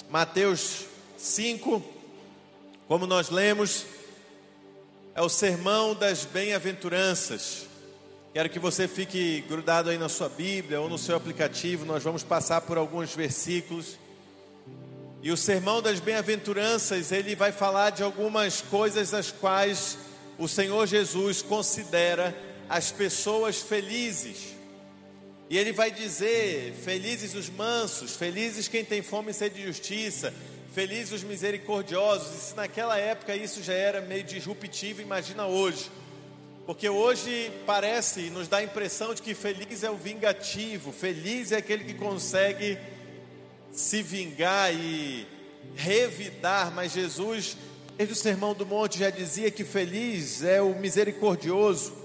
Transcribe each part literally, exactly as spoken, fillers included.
Mateus cinco, como nós lemos, é o sermão das bem-aventuranças. Quero que você fique grudado aí na sua Bíblia ou no seu aplicativo. Nós vamos passar por alguns versículos. E o sermão das bem-aventuranças, ele vai falar de algumas coisas as quais o Senhor Jesus considera as pessoas felizes. E ele vai dizer: felizes os mansos, felizes quem tem fome e sede de justiça, felizes os misericordiosos. E se naquela época isso já era meio disruptivo, imagina hoje. Porque hoje parece, nos dá a impressão de que feliz é o vingativo, feliz é aquele que consegue se vingar e revidar. Mas Jesus, desde o Sermão do Monte, já dizia que feliz é o misericordioso.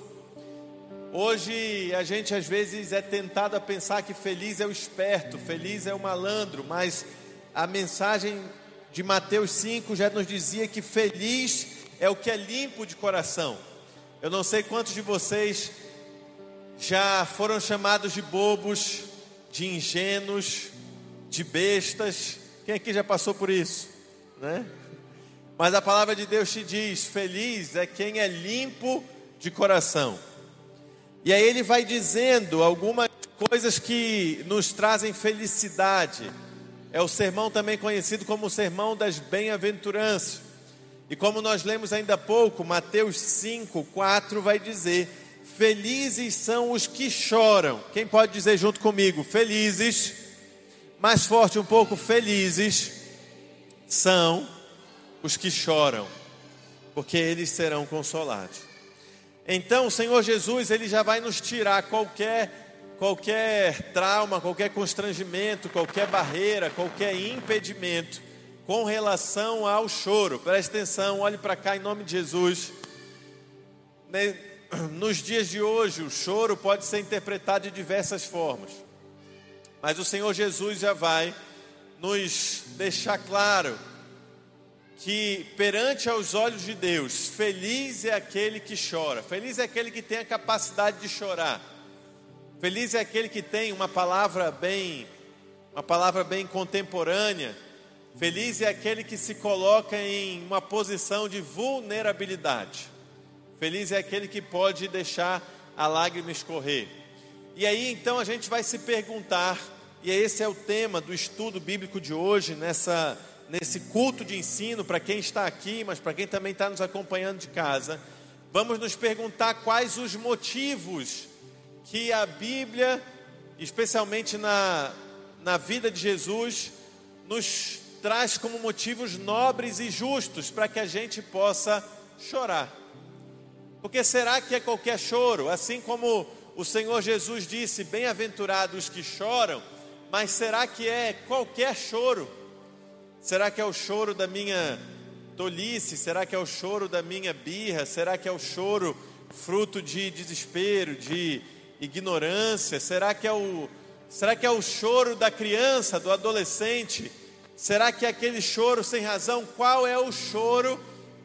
Hoje a gente às vezes é tentado a pensar que feliz é o esperto, feliz é o malandro, mas a mensagem de Mateus cinco já nos dizia que feliz é o que é limpo de coração. Eu não sei quantos de vocês já foram chamados de bobos, de ingênuos, de bestas. Quem aqui já passou por isso, né? Mas a palavra de Deus te diz: feliz é quem é limpo de coração. E aí ele vai dizendo algumas coisas que nos trazem felicidade. É o sermão também conhecido como o sermão das bem-aventuranças. E como nós lemos ainda há pouco, Mateus cinco, quatro vai dizer: felizes são os que choram. Quem pode dizer junto comigo? Felizes, mais forte um pouco, felizes são os que choram, porque eles serão consolados. Então o Senhor Jesus, ele já vai nos tirar qualquer, qualquer trauma, qualquer constrangimento, qualquer barreira, qualquer impedimento com relação ao choro. Preste atenção, olhe para cá em nome de Jesus. Nos dias de hoje, o choro pode ser interpretado de diversas formas, mas o Senhor Jesus já vai nos deixar claro que perante aos olhos de Deus, feliz é aquele que chora, feliz é aquele que tem a capacidade de chorar, feliz é aquele que tem uma palavra bem, uma palavra bem contemporânea, feliz é aquele que se coloca em uma posição de vulnerabilidade, feliz é aquele que pode deixar a lágrima escorrer. E aí então a gente vai se perguntar, e esse é o tema do estudo bíblico de hoje, nessa nesse culto de ensino, para quem está aqui, mas para quem também está nos acompanhando de casa, vamos nos perguntar quais os motivos que a Bíblia, especialmente na, na vida de Jesus, nos traz como motivos nobres e justos para que a gente possa chorar. Porque será que é qualquer choro? Assim como o Senhor Jesus disse: bem-aventurados os que choram, mas será que é qualquer choro? Será que é o choro da minha tolice? Será que é o choro da minha birra? Será que é o choro fruto de desespero, de ignorância? Será que é o, será que é o choro da criança, do adolescente? Será que é aquele choro sem razão? Qual é o choro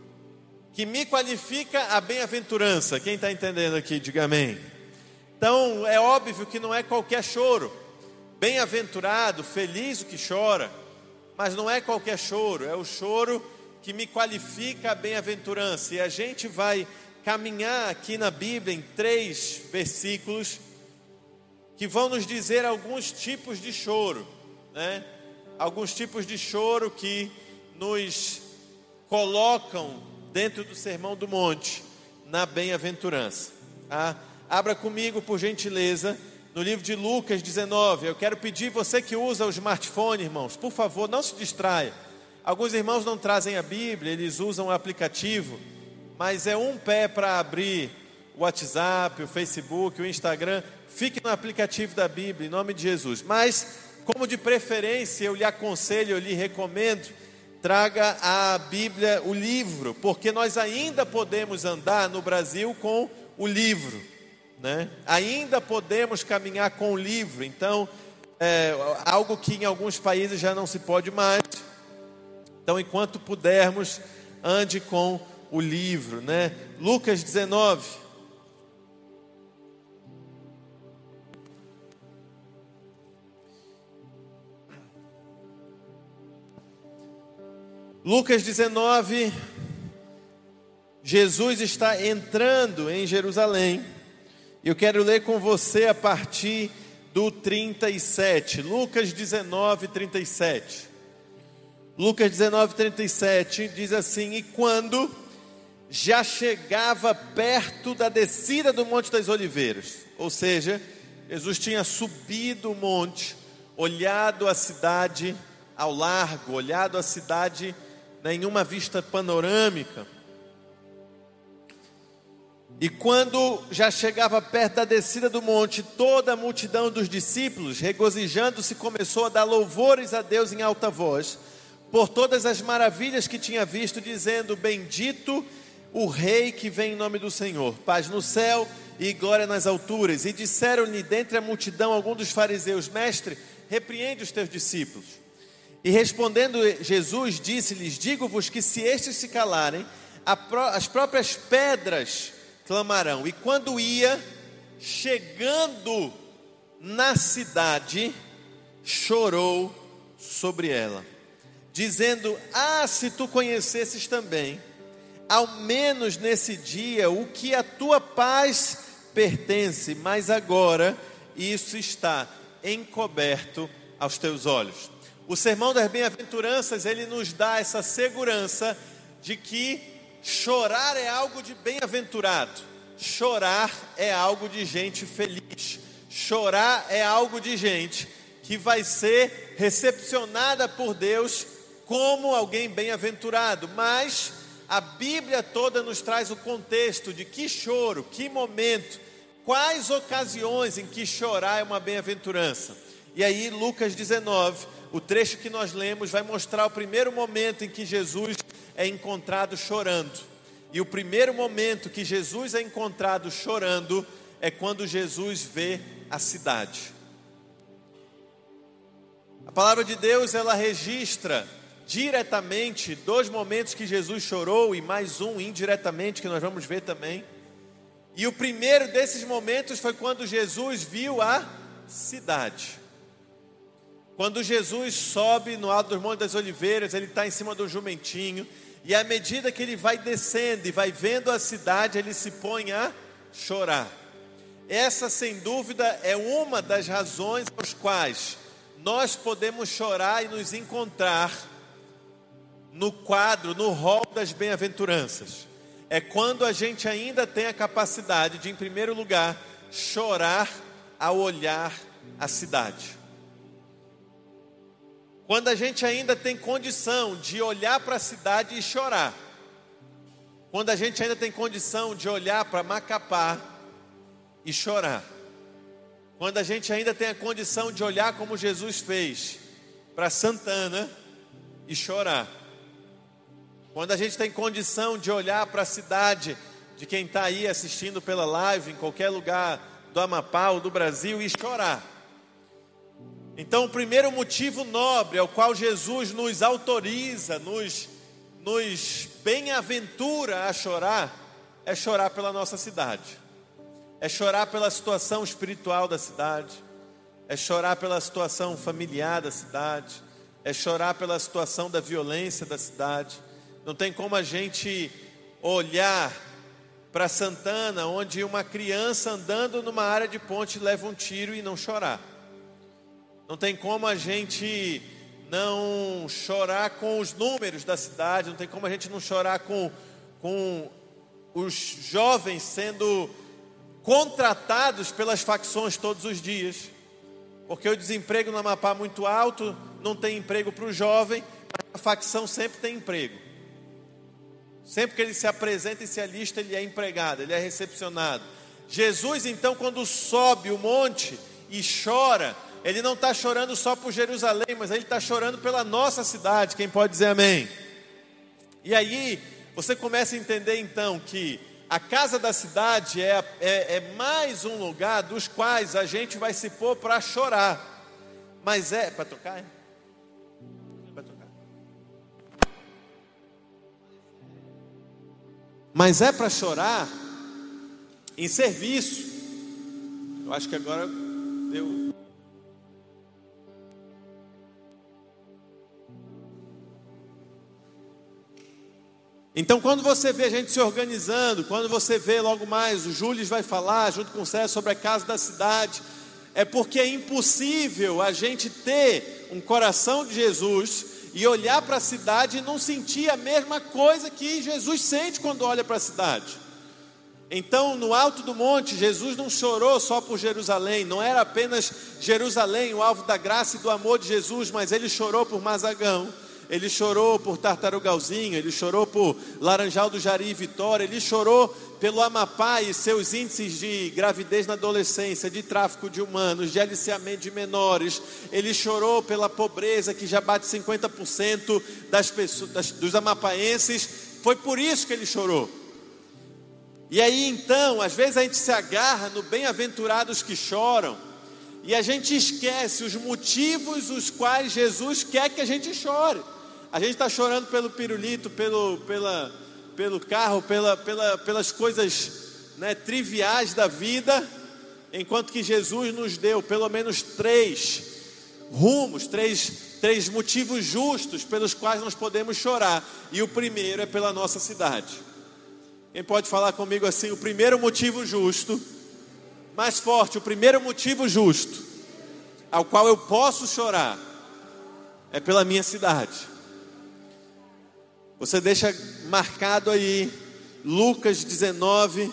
que me qualifica a bem-aventurança? Quem está entendendo aqui, diga amém. Então é óbvio que não é qualquer choro. Bem-aventurado, feliz o que chora. Mas não é qualquer choro, é o choro que me qualifica a bem-aventurança. E a gente vai caminhar aqui na Bíblia em três versículos que vão nos dizer alguns tipos de choro, né? Alguns tipos de choro que nos colocam dentro do Sermão do Monte, na bem-aventurança. Tá? Abra comigo, por gentileza, no livro de Lucas dezenove. Eu quero pedir, você que usa o smartphone, irmãos, por favor, não se distraia. Alguns irmãos não trazem a Bíblia, eles usam o aplicativo, mas é um pé para abrir o WhatsApp, o Facebook, o Instagram. Fique no aplicativo da Bíblia, em nome de Jesus. Mas, como de preferência, eu lhe aconselho, eu lhe recomendo, traga a Bíblia, o livro, porque nós ainda podemos andar no Brasil com o livro. Né? Ainda podemos caminhar com o livro. Então é algo que em alguns países já não se pode mais. Então enquanto pudermos, ande com o livro, né? Lucas dezenove. Lucas dezenove, Jesus está entrando em Jerusalém. Eu quero ler com você a partir do trinta e sete. Lucas dezenove, trinta e sete. Lucas dezenove, trinta e sete diz assim: e quando já chegava perto da descida do Monte das Oliveiras, ou seja, Jesus tinha subido o monte, olhado a cidade ao largo, olhado a cidade em uma vista panorâmica. E quando já chegava perto da descida do monte, toda a multidão dos discípulos, regozijando-se, começou a dar louvores a Deus em alta voz, por todas as maravilhas que tinha visto, dizendo: bendito o Rei que vem em nome do Senhor, paz no céu e glória nas alturas. E disseram-lhe dentre a multidão alguns dos fariseus: mestre, repreende os teus discípulos. E respondendo Jesus, disse-lhes: digo-vos que se estes se calarem, as próprias pedras clamarão. E quando ia chegando na cidade, chorou sobre ela, dizendo: ah, se tu conhecesses também, ao menos nesse dia, o que a tua paz pertence, mas agora isso está encoberto aos teus olhos. O sermão das bem-aventuranças, ele nos dá essa segurança de que chorar é algo de bem-aventurado, chorar é algo de gente feliz, chorar é algo de gente que vai ser recepcionada por Deus como alguém bem-aventurado. Mas a Bíblia toda nos traz o contexto de que choro, que momento, quais ocasiões em que chorar é uma bem-aventurança. E aí Lucas dezenove, o trecho que nós lemos, vai mostrar o primeiro momento em que Jesus é encontrado chorando. E o primeiro momento que Jesus é encontrado chorando é quando Jesus vê a cidade. A palavra de Deus, ela registra diretamente dois momentos que Jesus chorou e mais um indiretamente que nós vamos ver também. E o primeiro desses momentos foi quando Jesus viu a cidade. Quando Jesus sobe no alto dos Montes das Oliveiras, ele está em cima do jumentinho, e à medida que ele vai descendo e vai vendo a cidade, ele se põe a chorar. Essa, sem dúvida, é uma das razões pelas quais nós podemos chorar e nos encontrar no quadro, no rol das bem-aventuranças. É quando a gente ainda tem a capacidade de, em primeiro lugar, chorar ao olhar a cidade. Quando a gente ainda tem condição de olhar para a cidade e chorar. Quando a gente ainda tem condição de olhar para Macapá e chorar. Quando a gente ainda tem a condição de olhar como Jesus fez para Santana e chorar. Quando a gente tem condição de olhar para a cidade de quem está aí assistindo pela live, em qualquer lugar do Amapá ou do Brasil, e chorar. Então, o primeiro motivo nobre ao qual Jesus nos autoriza, nos, nos bem-aventura a chorar, é chorar pela nossa cidade. É chorar pela situação espiritual da cidade. É chorar pela situação familiar da cidade. É chorar pela situação da violência da cidade. Não tem como a gente olhar para Santana, onde uma criança andando numa área de ponte leva um tiro, e não chorar. Não tem como a gente não chorar com os números da cidade, não tem como a gente não chorar com, com os jovens sendo contratados pelas facções todos os dias, porque o desemprego no Amapá é muito alto, não tem emprego para o jovem, mas a facção sempre tem emprego. Sempre que ele se apresenta e se alista, ele é empregado, ele é recepcionado. Jesus, então, quando sobe o monte e chora, ele não está chorando só por Jerusalém, mas ele está chorando pela nossa cidade. Quem pode dizer amém? E aí, você começa a entender então que a casa da cidade é, é, é mais um lugar dos quais a gente vai se pôr para chorar. Mas é... Para tocar, é? Para tocar. Mas é para chorar em serviço. Eu acho que agora deu... Então, quando você vê a gente se organizando, quando você vê logo mais, o Júlio vai falar junto com o César sobre a casa da cidade, é porque é impossível a gente ter um coração de Jesus e olhar para a cidade e não sentir a mesma coisa que Jesus sente quando olha para a cidade. Então, no alto do monte, Jesus não chorou só por Jerusalém, não era apenas Jerusalém o alvo da graça e do amor de Jesus, mas ele chorou por Mazagão, ele chorou por Tartarugalzinho, ele chorou por Laranjal do Jari e Vitória, ele chorou pelo Amapá e seus índices de gravidez na adolescência, de tráfico de humanos, de aliciamento de menores, ele chorou pela pobreza que já bate cinquenta por cento das pessoas, das, dos amapaenses, foi por isso que ele chorou. E aí então, às vezes a gente se agarra no bem-aventurados que choram, e a gente esquece os motivos os quais Jesus quer que a gente chore. A gente está chorando pelo pirulito, pelo, pela, pelo carro, pela, pela, pelas coisas, né, triviais da vida, enquanto que Jesus nos deu pelo menos três rumos, três, três motivos justos pelos quais nós podemos chorar. E o primeiro é pela nossa cidade. Quem pode falar comigo assim? O primeiro motivo justo, mais forte, o primeiro motivo justo ao qual eu posso chorar é pela minha cidade. Você deixa marcado aí Lucas dezenove,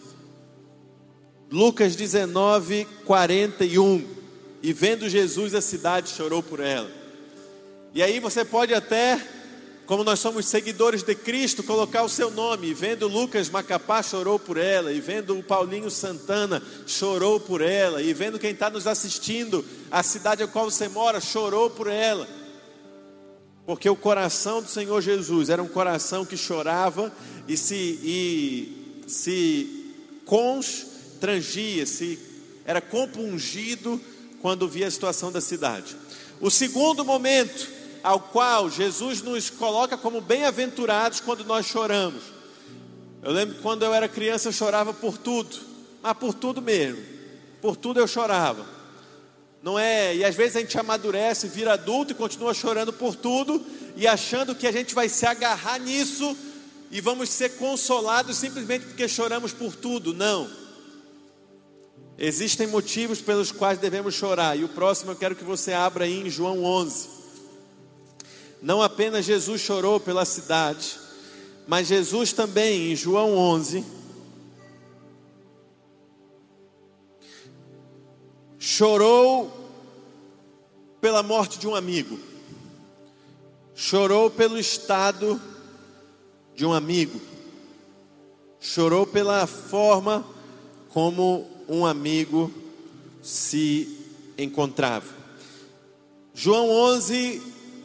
Lucas dezenove, quarenta e um. E vendo Jesus a cidade, chorou por ela. E aí você pode até, como nós somos seguidores de Cristo, colocar o seu nome. E vendo Lucas Macapá, chorou por ela. E vendo o Paulinho Santana, chorou por ela. E vendo quem está nos assistindo, a cidade a qual você mora, chorou por ela. Porque o coração do Senhor Jesus era um coração que chorava e se, e, se constrangia, se, era compungido quando via a situação da cidade. O segundo momento ao qual Jesus nos coloca como bem-aventurados quando nós choramos. Eu lembro que quando eu era criança eu chorava por tudo, mas por tudo mesmo, por tudo eu chorava. Não é, e às vezes a gente amadurece, vira adulto e continua chorando por tudo e achando que a gente vai se agarrar nisso e vamos ser consolados simplesmente porque choramos por tudo. Não. Existem motivos pelos quais devemos chorar. E o próximo eu quero que você abra aí em João onze. Não apenas Jesus chorou pela cidade, mas Jesus também em João onze chorou pela morte de um amigo, chorou pelo estado de um amigo, chorou pela forma como um amigo se encontrava. João onze,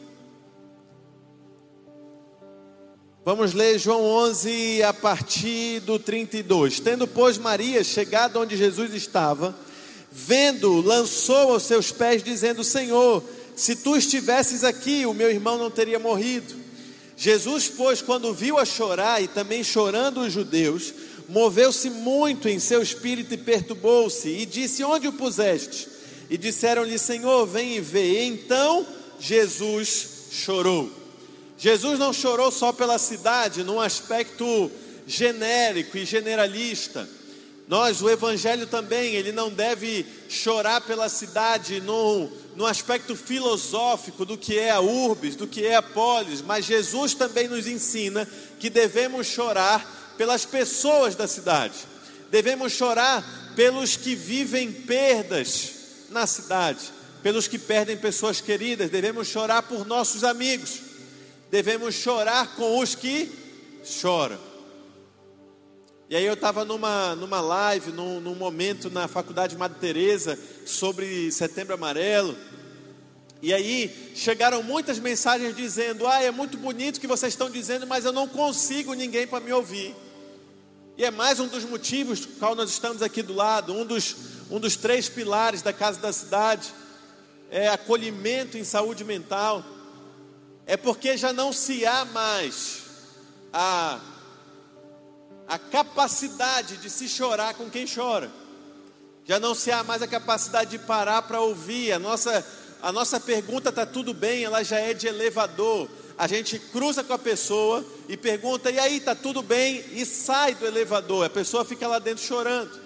vamos ler João onze a partir do trinta e dois. Tendo, pois, Maria chegado onde Jesus estava, vendo, lançou aos seus pés, dizendo: Senhor, se tu estivesses aqui, o meu irmão não teria morrido. Jesus, pois, quando viu-a chorar, e também chorando os judeus, moveu-se muito em seu espírito e perturbou-se, e disse: onde o puseste? E disseram-lhe: Senhor, vem e vê. E então Jesus chorou. Jesus não chorou só pela cidade, num aspecto genérico e generalista. Nós, o Evangelho também, ele não deve chorar pela cidade no, no aspecto filosófico do que é a urbis, do que é a polis, mas Jesus também nos ensina que devemos chorar pelas pessoas da cidade, devemos chorar pelos que vivem perdas na cidade, pelos que perdem pessoas queridas, devemos chorar por nossos amigos, devemos chorar com os que choram. E aí eu estava numa, numa live, num, num momento na faculdade Madre Teresa, sobre Setembro Amarelo, e aí chegaram muitas mensagens dizendo: ah, é muito bonito o que vocês estão dizendo, mas eu não consigo ninguém para me ouvir. E é mais um dos motivos por qual nós estamos aqui do lado, um dos, um dos três pilares da Casa da Cidade, é acolhimento em saúde mental, é porque já não se há mais a... a capacidade de se chorar com quem chora. Já não se há mais a capacidade de parar para ouvir. A nossa, a nossa pergunta está tudo bem, ela já é de elevador. a gente cruza com a pessoa e pergunta, e aí, tá tudo bem? E sai do elevador, a pessoa fica lá dentro chorando.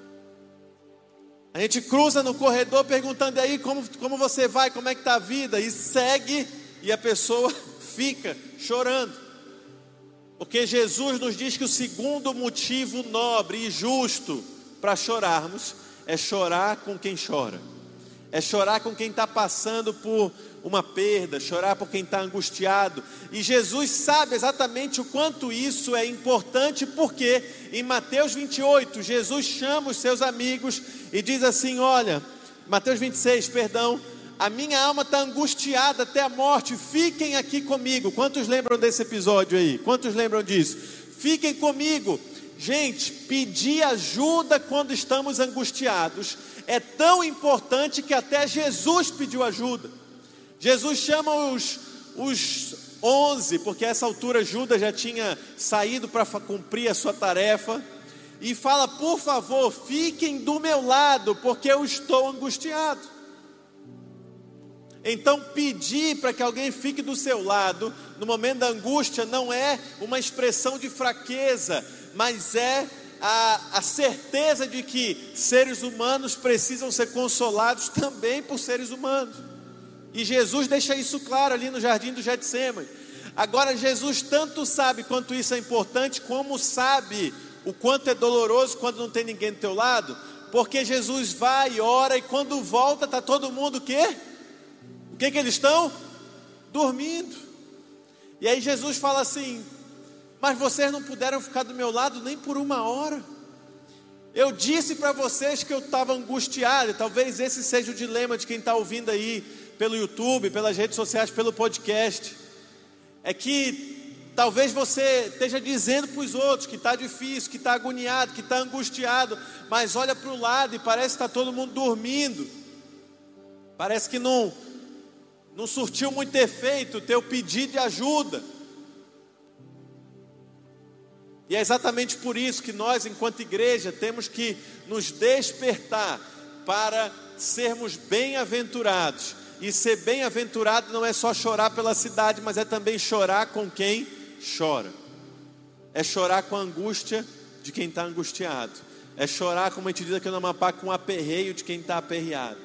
A gente cruza no corredor perguntando, e aí, como, como você vai? Como é que está a vida? E segue, e a pessoa fica chorando. Porque Jesus nos diz que o segundo motivo nobre e justo para chorarmos é chorar com quem chora. É chorar com quem está passando por uma perda, chorar por quem está angustiado. E Jesus sabe exatamente o quanto isso é importante, porque em Mateus vinte e oito, Jesus chama os seus amigos e diz assim, olha, Mateus vinte e seis, perdão, a minha alma está angustiada até a morte, fiquem aqui comigo. Quantos lembram desse episódio aí? Quantos lembram disso? Fiquem comigo. Gente, pedir ajuda quando estamos angustiados é tão importante que até Jesus pediu ajuda. Jesus chama os, os onze, porque a essa altura Judas já tinha saído para cumprir a sua tarefa, e fala, por favor, fiquem do meu lado, porque eu estou angustiado. Então pedir para que alguém fique do seu lado, no momento da angústia, não é uma expressão de fraqueza, mas é a, a certeza de que seres humanos precisam ser consolados também por seres humanos. E Jesus deixa isso claro ali no jardim do Getsêmani. Agora Jesus tanto sabe quanto isso é importante, como sabe o quanto é doloroso quando não tem ninguém do teu lado, porque Jesus vai e ora, e quando volta está todo mundo o quê? O que que eles estão? Dormindo. E aí Jesus fala assim, mas vocês não puderam ficar do meu lado nem por uma hora. Eu disse para vocês que eu estava angustiado. E talvez esse seja o dilema de quem está ouvindo aí pelo YouTube, pelas redes sociais, pelo podcast. É que talvez você esteja dizendo para os outros que está difícil, que está agoniado, que está angustiado, mas olha para o lado e parece que está todo mundo dormindo. Parece que não, não surtiu muito efeito o teu pedido de ajuda. E é exatamente por isso que nós, enquanto igreja, temos que nos despertar para sermos bem-aventurados. E ser bem-aventurado não é só chorar pela cidade, mas é também chorar com quem chora. É chorar com a angústia de quem está angustiado. É chorar, como a gente diz aqui no Amapá, com o aperreio de quem está aperreado.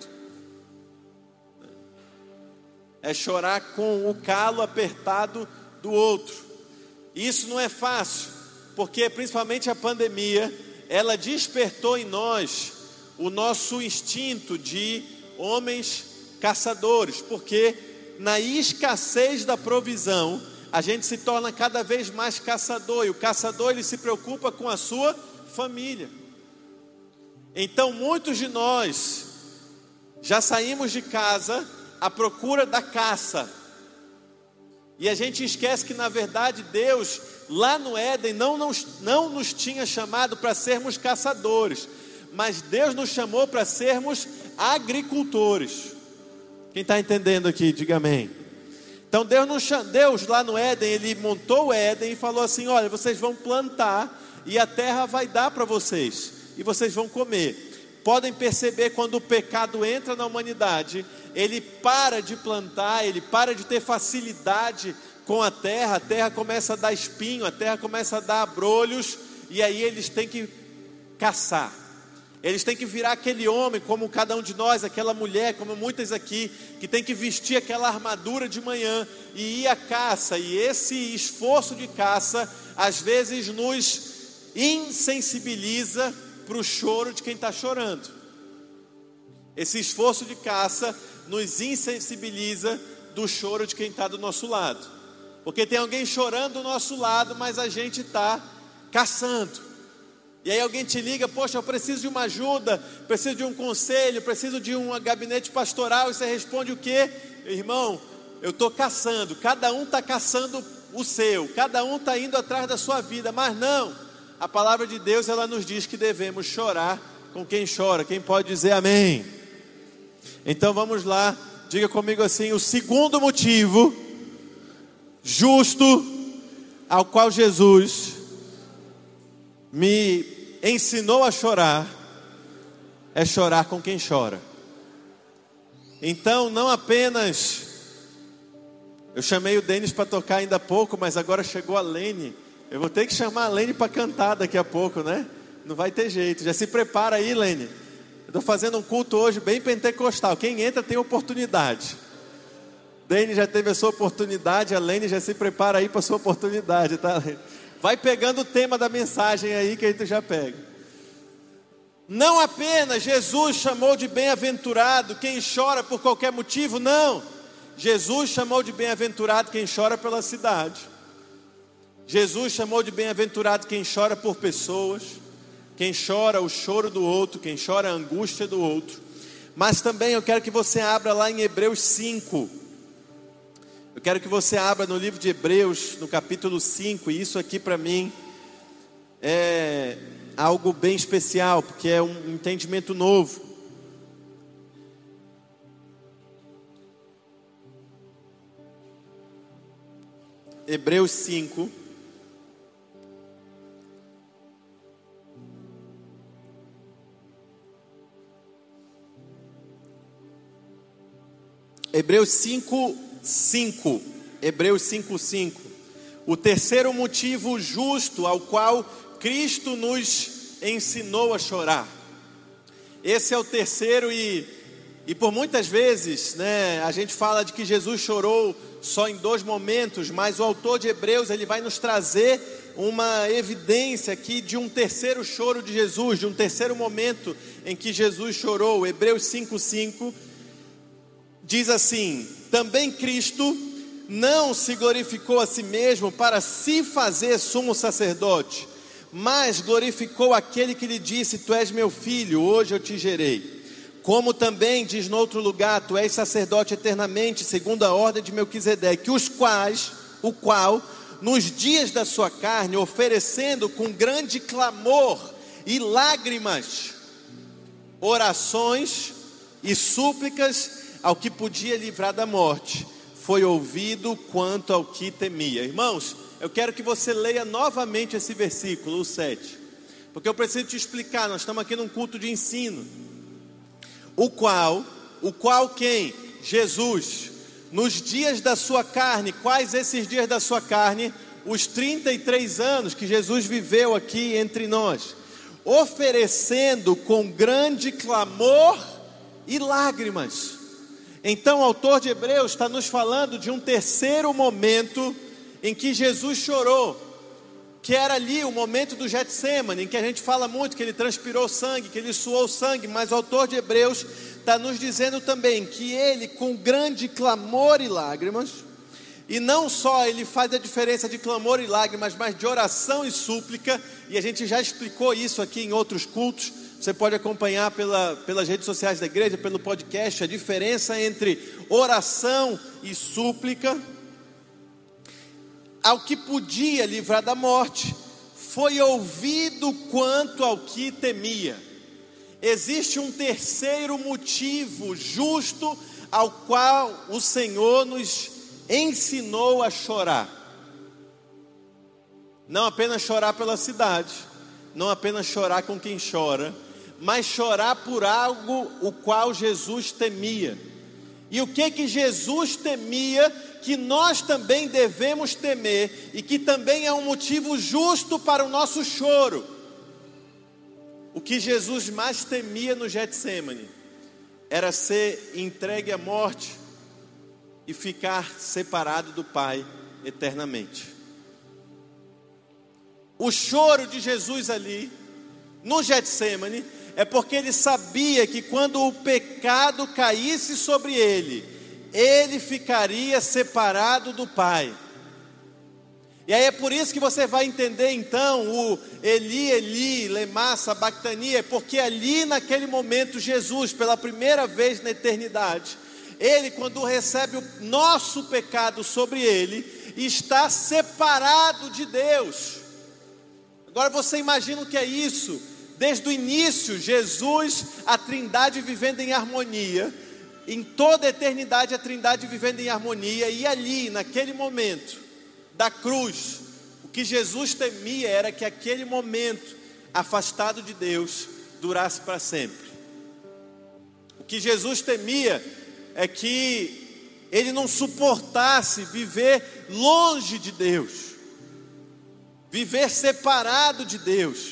É chorar com o calo apertado do outro. Isso não é fácil, porque principalmente a pandemia, ela despertou em nós o nosso instinto de homens caçadores, porque na escassez da provisão, a gente se torna cada vez mais caçador, e o caçador ele se preocupa com a sua família. Então muitos de nós já saímos de casa à procura da caça, e a gente esquece que na verdade Deus lá no Éden não nos, não nos tinha chamado para sermos caçadores, mas Deus nos chamou para sermos agricultores. Quem está entendendo aqui, diga amém. Então Deus, nos, Deus lá no Éden, Ele montou o Éden e falou assim, olha, vocês vão plantar e a terra vai dar para vocês, e vocês vão comer. Podem perceber quando o pecado entra na humanidade, ele para de plantar, ele para de ter facilidade com a terra, a terra começa a dar espinho, a terra começa a dar abrolhos, e aí eles têm que caçar. Eles têm que virar aquele homem, como cada um de nós, aquela mulher, como muitas aqui, que tem que vestir aquela armadura de manhã e ir à caça. E esse esforço de caça, às vezes nos insensibiliza para o choro de quem está chorando. Esse esforço de caça nos insensibiliza do choro de quem está do nosso lado. Porque tem alguém chorando do nosso lado, mas a gente está caçando. E aí alguém te liga, poxa, eu preciso de uma ajuda, preciso de um conselho, preciso de um gabinete pastoral, e você responde o quê? Irmão, eu estou caçando, cada um está caçando o seu, cada um está indo atrás da sua vida, mas não, a palavra de Deus, ela nos diz que devemos chorar com quem chora. Quem pode dizer amém? Então vamos lá, diga comigo assim, o segundo motivo justo ao qual Jesus me ensinou a chorar é chorar com quem chora. Então não apenas Eu chamei o Denis para tocar ainda há pouco, mas agora chegou a Lene. Eu vou ter que chamar a Lene para cantar daqui a pouco, né? Não vai ter jeito. Já se prepara aí, Lene. Eu estou fazendo um culto hoje bem pentecostal. Quem entra tem oportunidade. Denis já teve a sua oportunidade, a Lene já se prepara aí para a sua oportunidade, tá, Lene? Vai pegando o tema da mensagem aí que a gente já pega. Não apenas Jesus chamou de bem-aventurado quem chora por qualquer motivo, não. Jesus chamou de bem-aventurado quem chora pela cidade. Jesus chamou de bem-aventurado quem chora por pessoas, quem chora o choro do outro, quem chora a angústia do outro. Mas também eu quero que você abra lá em Hebreus cinco. Eu quero que você abra no livro de Hebreus, no capítulo cinco, e isso aqui para mim é algo bem especial, porque é um entendimento novo. Hebreus cinco. Hebreus cinco, cinco. Hebreus cinco, cinco. O terceiro motivo justo ao qual Cristo nos ensinou a chorar. Esse é o terceiro e, e por muitas vezes, né, a gente fala de que Jesus chorou só em dois momentos, mas o autor de Hebreus ele vai nos trazer uma evidência aqui de um terceiro choro de Jesus, de um terceiro momento em que Jesus chorou. Hebreus cinco, cinco diz assim: também Cristo não se glorificou a si mesmo para se fazer sumo sacerdote, mas glorificou aquele que lhe disse: tu és meu filho, hoje eu te gerei. Como também diz no outro lugar: tu és sacerdote eternamente, segundo a ordem de Melquisedeque, os quais, o qual, nos dias da sua carne, oferecendo com grande clamor e lágrimas, orações e súplicas ao que podia livrar da morte, foi ouvido quanto ao que temia. Irmãos, eu quero que você leia novamente esse versículo, o sete, porque eu preciso te explicar. Nós estamos aqui num culto de ensino. O qual, o qual quem? Jesus, nos dias da sua carne. Quais esses dias da sua carne? Os trinta e três anos que Jesus viveu aqui entre nós, oferecendo com grande clamor e lágrimas. Então o autor de Hebreus está nos falando de um terceiro momento em que Jesus chorou, que era ali o momento do Getsêmani, em que a gente fala muito que ele transpirou sangue, que ele suou sangue, mas o autor de Hebreus está nos dizendo também que ele, com grande clamor e lágrimas, e não só ele faz a diferença de clamor e lágrimas, mas de oração e súplica, e a gente já explicou isso aqui em outros cultos. Você pode acompanhar pela, pelas redes sociais da igreja, pelo podcast, a diferença entre oração e súplica. Ao que podia livrar da morte, foi ouvido quanto ao que temia. Existe um terceiro motivo justo ao qual o Senhor nos ensinou a chorar. Não apenas chorar pela cidade, não apenas chorar com quem chora, mas chorar por algo o qual Jesus temia. E o que que Jesus temia, que nós também devemos temer, e que também é um motivo justo para o nosso choro. O que Jesus mais temia no Getsêmani era ser entregue à morte e ficar separado do Pai eternamente. O choro de Jesus ali no Getsêmani é porque ele sabia que quando o pecado caísse sobre ele, ele ficaria separado do Pai. E aí é por isso que você vai entender então o Eli, Eli, lema sabachthani, é porque ali naquele momento Jesus, pela primeira vez na eternidade, ele, quando recebe o nosso pecado sobre ele, está separado de Deus. Agora você imagina o que é isso? Desde o início, Jesus, a Trindade vivendo em harmonia, em toda a eternidade a Trindade vivendo em harmonia, e ali, naquele momento da cruz, o que Jesus temia era que aquele momento, afastado de Deus, durasse para sempre. O que Jesus temia é que ele não suportasse viver longe de Deus, viver separado de Deus.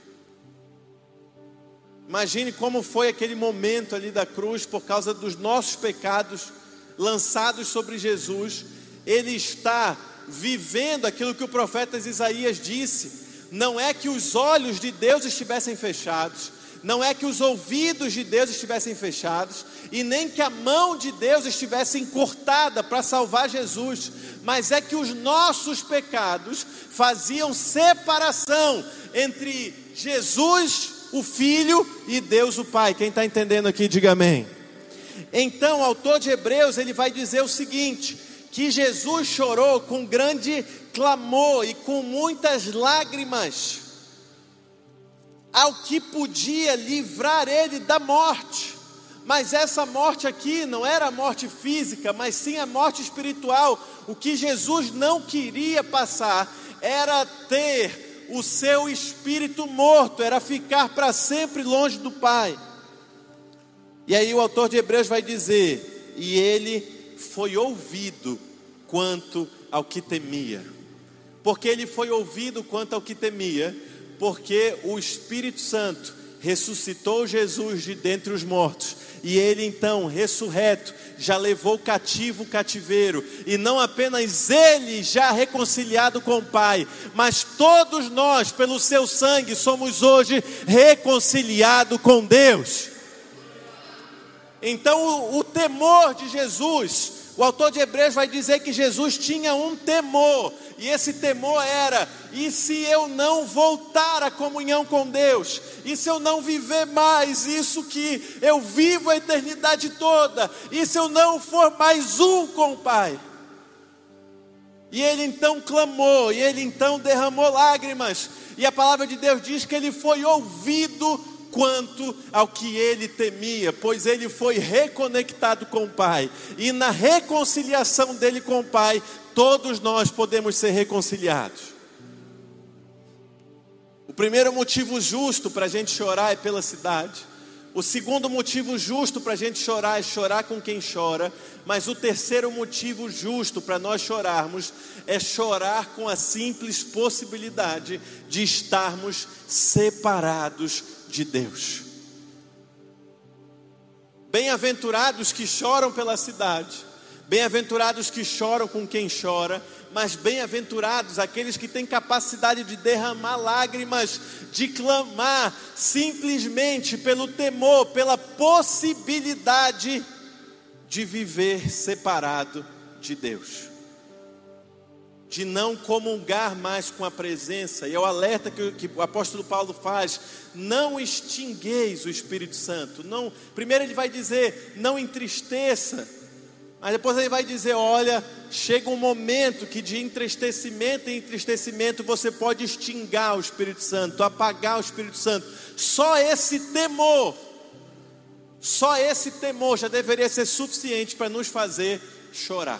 Imagine como foi aquele momento ali da cruz, por causa dos nossos pecados lançados sobre Jesus. Ele está vivendo aquilo que o profeta Isaías disse. Não é que os olhos de Deus estivessem fechados, não é que os ouvidos de Deus estivessem fechados, e nem que a mão de Deus estivesse encurtada para salvar Jesus, mas é que os nossos pecados faziam separação entre Jesus, o Filho, e Deus o Pai. Quem está entendendo aqui, diga amém. Então o autor de Hebreus, ele vai dizer o seguinte, que Jesus chorou com grande clamor e com muitas lágrimas, ao que podia livrar ele da morte. Mas essa morte aqui não era a morte física, mas sim a morte espiritual. O que Jesus não queria passar era ter o seu espírito morto, era ficar para sempre longe do Pai. E aí o autor de Hebreus vai dizer, e ele foi ouvido quanto ao que temia. Porque ele foi ouvido quanto ao que temia, porque o Espírito Santo ressuscitou Jesus de dentre os mortos, e ele então, ressurreto, já levou cativo o cativeiro, e não apenas ele já reconciliado com o Pai, mas todos nós, pelo seu sangue, somos hoje reconciliados com Deus. Então o, o temor de Jesus, o autor de Hebreus vai dizer que Jesus tinha um temor, e esse temor era, e se eu não voltar à comunhão com Deus, e se eu não viver mais isso que eu vivo a eternidade toda, e se eu não for mais um com o Pai? E ele então clamou, e ele então derramou lágrimas, e a palavra de Deus diz que ele foi ouvido quanto ao que ele temia, pois ele foi reconectado com o Pai, e na reconciliação dele com o Pai, todos nós podemos ser reconciliados. O primeiro motivo justo para a gente chorar é pela cidade. O segundo motivo justo para a gente chorar é chorar com quem chora. Mas o terceiro motivo justo para nós chorarmos é chorar com a simples possibilidade de estarmos separados de Deus. Bem-aventurados que choram pela cidade, bem-aventurados que choram com quem chora, mas bem-aventurados aqueles que têm capacidade de derramar lágrimas, de clamar simplesmente pelo temor, pela possibilidade de viver separado de Deus, de não comungar mais com a presença. E é o alerta que, que o apóstolo Paulo faz: não extingueis o Espírito Santo. Não, primeiro ele vai dizer, não entristeça. Mas depois ele vai dizer, olha, chega um momento que de entristecimento em entristecimento você pode extinguir o Espírito Santo, apagar o Espírito Santo. Só esse temor, só esse temor já deveria ser suficiente para nos fazer chorar.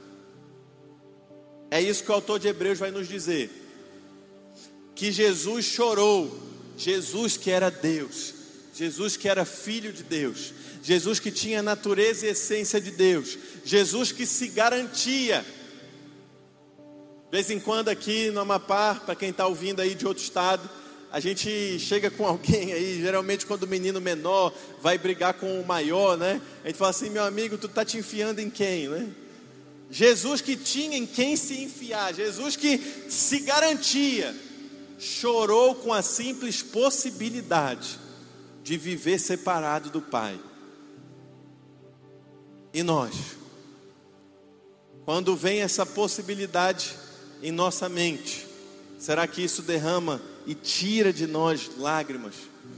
É isso que o autor de Hebreus vai nos dizer, que Jesus chorou, Jesus que era Deus, Jesus que era Filho de Deus, Jesus que tinha a natureza e essência de Deus, Jesus que se garantia. De vez em quando aqui no Amapá, para quem está ouvindo aí de outro estado, a gente chega com alguém aí, geralmente quando o menino menor vai brigar com o maior, né? A gente fala assim, meu amigo, tu está te enfiando em quem, né? Jesus que tinha em quem se enfiar, Jesus que se garantia, chorou com a simples possibilidade de viver separado do Pai. E nós, quando vem essa possibilidade em nossa mente, será que isso derrama e tira de nós lágrimas?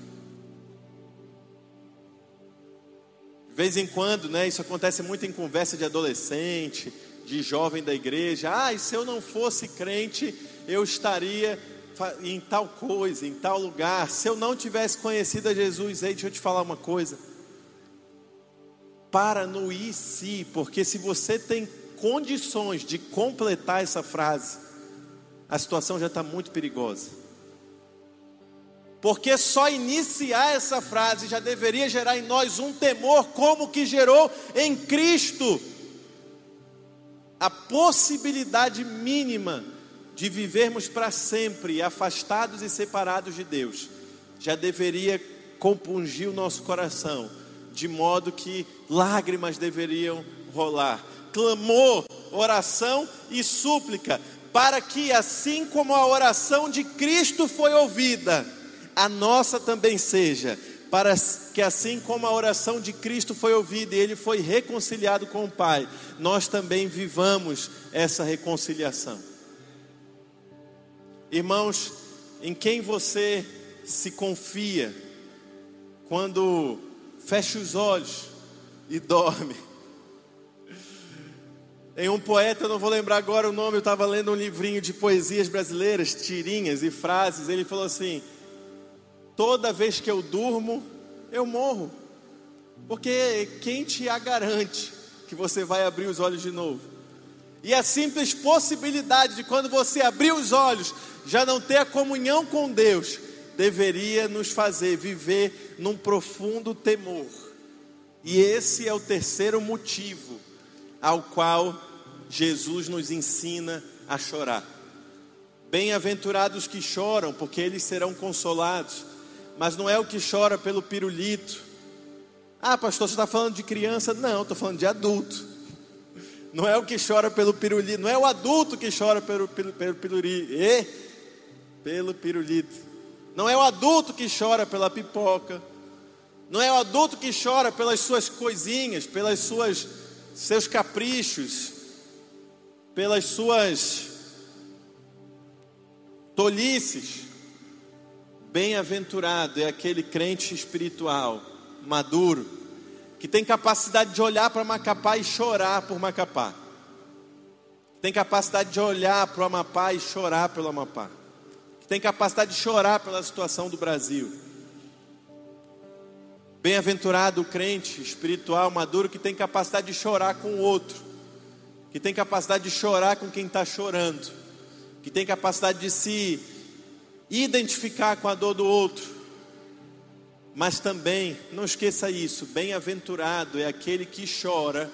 De vez em quando, né, isso acontece muito em conversa de adolescente, de jovem da igreja. Ah, e se eu não fosse crente, eu estaria em tal coisa, em tal lugar. Se eu não tivesse conhecido a Jesus, aí deixa eu te falar uma coisa. Para no e se, porque se você tem condições de completar essa frase, a situação já está muito perigosa. Porque só iniciar essa frase já deveria gerar em nós um temor, como que gerou em Cristo. a possibilidade mínima de vivermos para sempre afastados e separados de Deus, já deveria compungir o nosso coração, de modo que lágrimas deveriam rolar, clamor, oração e súplica, para que assim como a oração de Cristo foi ouvida, a nossa também seja, para que assim como a oração de Cristo foi ouvida e Ele foi reconciliado com o Pai, nós também vivamos essa reconciliação. Irmãos, em quem você se confia quando fecha os olhos e dorme? Em um poeta, eu não vou lembrar agora o nome, eu estava lendo um livrinho de poesias brasileiras, tirinhas e frases. Ele falou assim: toda vez que eu durmo, eu morro, porque quem te a garante que você vai abrir os olhos de novo? E a simples possibilidade de quando você abrir os olhos, já não ter a comunhão com Deus, deveria nos fazer viver num profundo temor. E esse é o terceiro motivo ao qual Jesus nos ensina a chorar. Bem-aventurados que choram, porque eles serão consolados. Mas não é o que chora pelo pirulito. Ah, pastor, você está falando de criança? Não, estou falando de adulto. Não é o que chora pelo pirulito, não é o adulto que chora pelo, pelo, pelo pirulito, e, pelo pirulito. Não é o adulto que chora pela pipoca. Não é o adulto que chora pelas suas coisinhas, pelas suas seus caprichos, pelas suas tolices. Bem-aventurado é aquele crente espiritual, maduro, que tem capacidade de olhar para Macapá e chorar por Macapá. Tem capacidade de olhar para o Amapá e chorar pelo Amapá. Tem capacidade de chorar pela situação do Brasil. Bem-aventurado o crente espiritual maduro que tem capacidade de chorar com o outro, que tem capacidade de chorar com quem está chorando, que tem capacidade de se identificar com a dor do outro. Mas também, não esqueça isso, bem-aventurado é aquele que chora,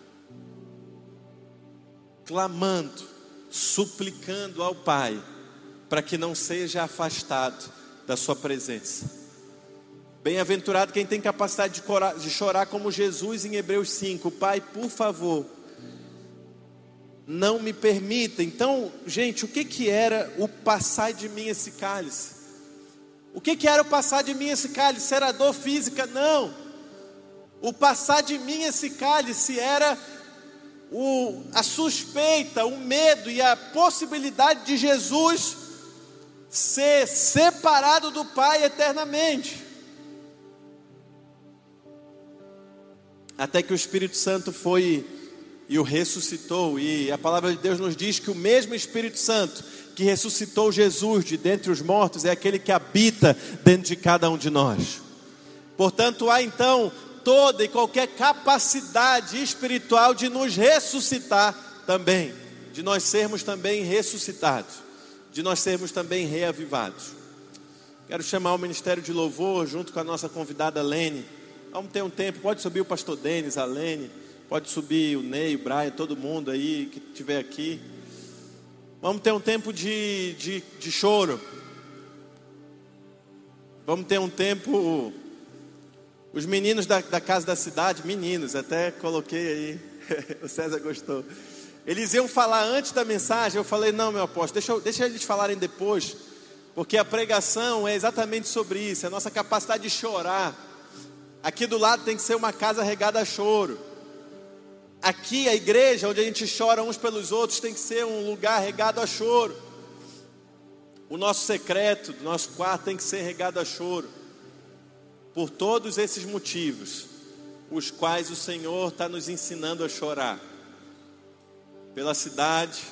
clamando, suplicando ao Pai, para que não seja afastado da sua presença. Bem-aventurado quem tem capacidade de, cora- de chorar como Jesus em Hebreus cinco, Pai, por favor, não me permita. Então, gente, o que que era o passar de mim esse cálice? O que que era o passar de mim esse cálice? Era dor física? Não. O passar de mim esse cálice era o, a suspeita, o medo e a possibilidade de Jesus ser separado do Pai eternamente. Até que o Espírito Santo foi e o ressuscitou. E a palavra de Deus nos diz que o mesmo Espírito Santo que ressuscitou Jesus de dentre os mortos é aquele que habita dentro de cada um de nós. Portanto, há então toda e qualquer capacidade espiritual de nos ressuscitar também, de nós sermos também ressuscitados, de nós sermos também reavivados. Quero chamar o Ministério de Louvor junto com a nossa convidada Lene. Vamos ter um tempo, pode subir o pastor Denis, a Lene, pode subir o Ney, o Brian, todo mundo aí que estiver aqui. Vamos ter um tempo de, de, de choro. Vamos ter um tempo. Os meninos da, da Casa da Cidade, meninos, até coloquei aí, o César gostou. Eles iam falar antes da mensagem, eu falei, não, meu apóstolo, deixa, eu, deixa eles falarem depois, porque a pregação é exatamente sobre isso, é a nossa capacidade de chorar. Aqui do lado tem que ser uma casa regada a choro. Aqui a igreja, onde a gente chora uns pelos outros, tem que ser um lugar regado a choro. O nosso secreto, o nosso quarto tem que ser regado a choro. Por todos esses motivos, os quais o Senhor está nos ensinando a chorar. Pela cidade,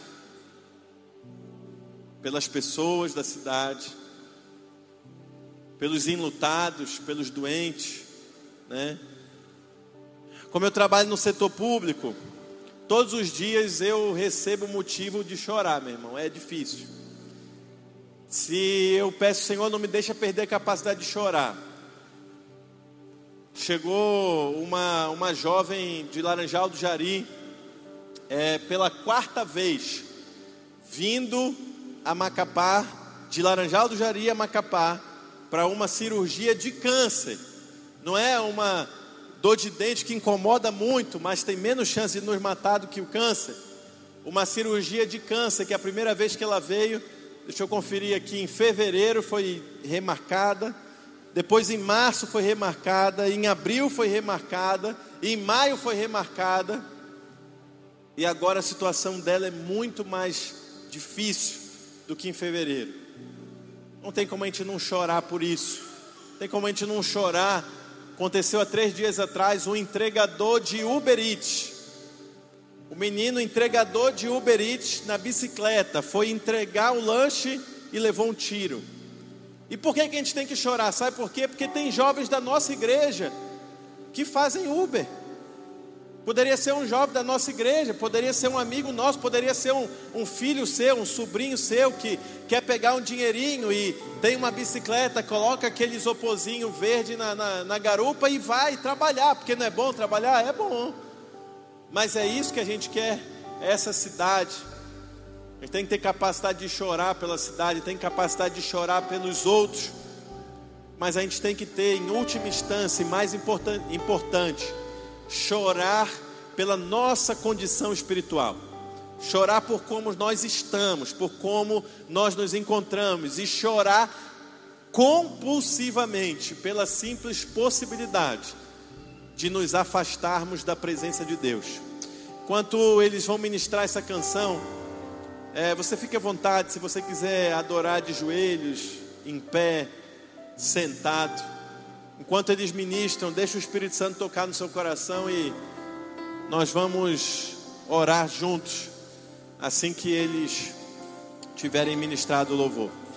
pelas pessoas da cidade, pelos enlutados, pelos doentes, né? Como eu trabalho no setor público, todos os dias eu recebo motivo de chorar, meu irmão, é difícil. Se eu peço, Senhor, não me deixa perder a capacidade de chorar. Chegou uma, uma jovem de Laranjal do Jari, é, pela quarta vez, vindo a Macapá, de Laranjal do Jari a Macapá, para uma cirurgia de câncer. Não é uma dor de dente que incomoda muito, mas tem menos chance de nos matar do que o câncer. Uma cirurgia de câncer, que a primeira vez que ela veio, deixa eu conferir aqui, em fevereiro foi remarcada, depois em março foi remarcada, em abril foi remarcada, em maio foi remarcada, e agora a situação dela é muito mais difícil do que em fevereiro. Não tem como a gente não chorar por isso, não tem como a gente não chorar. Aconteceu há três dias atrás, um entregador de Uber Eats, o menino entregador de Uber Eats na bicicleta, foi entregar o lanche e levou um tiro. E por que que a gente tem que chorar? Sabe por quê? Porque tem jovens da nossa igreja que fazem Uber. Poderia ser um jovem da nossa igreja, poderia ser um amigo nosso, poderia ser um, um filho seu, um sobrinho seu que quer pegar um dinheirinho e tem uma bicicleta, coloca aquele isoporzinho verde na, na, na garupa e vai trabalhar, porque não é bom trabalhar? É bom, mas é isso que a gente quer, essa cidade. A gente tem que ter capacidade de chorar pela cidade, tem capacidade de chorar pelos outros, mas a gente tem que ter, em última instância, e mais important, importante, chorar pela nossa condição espiritual, chorar por como nós estamos, por como nós nos encontramos, e chorar compulsivamente pela simples possibilidade de nos afastarmos da presença de Deus. Enquanto eles vão ministrar essa canção, é, você fique à vontade, se você quiser adorar de joelhos, em pé, sentado. Enquanto eles ministram, deixa o Espírito Santo tocar no seu coração e nós vamos orar juntos, assim que eles tiverem ministrado o louvor.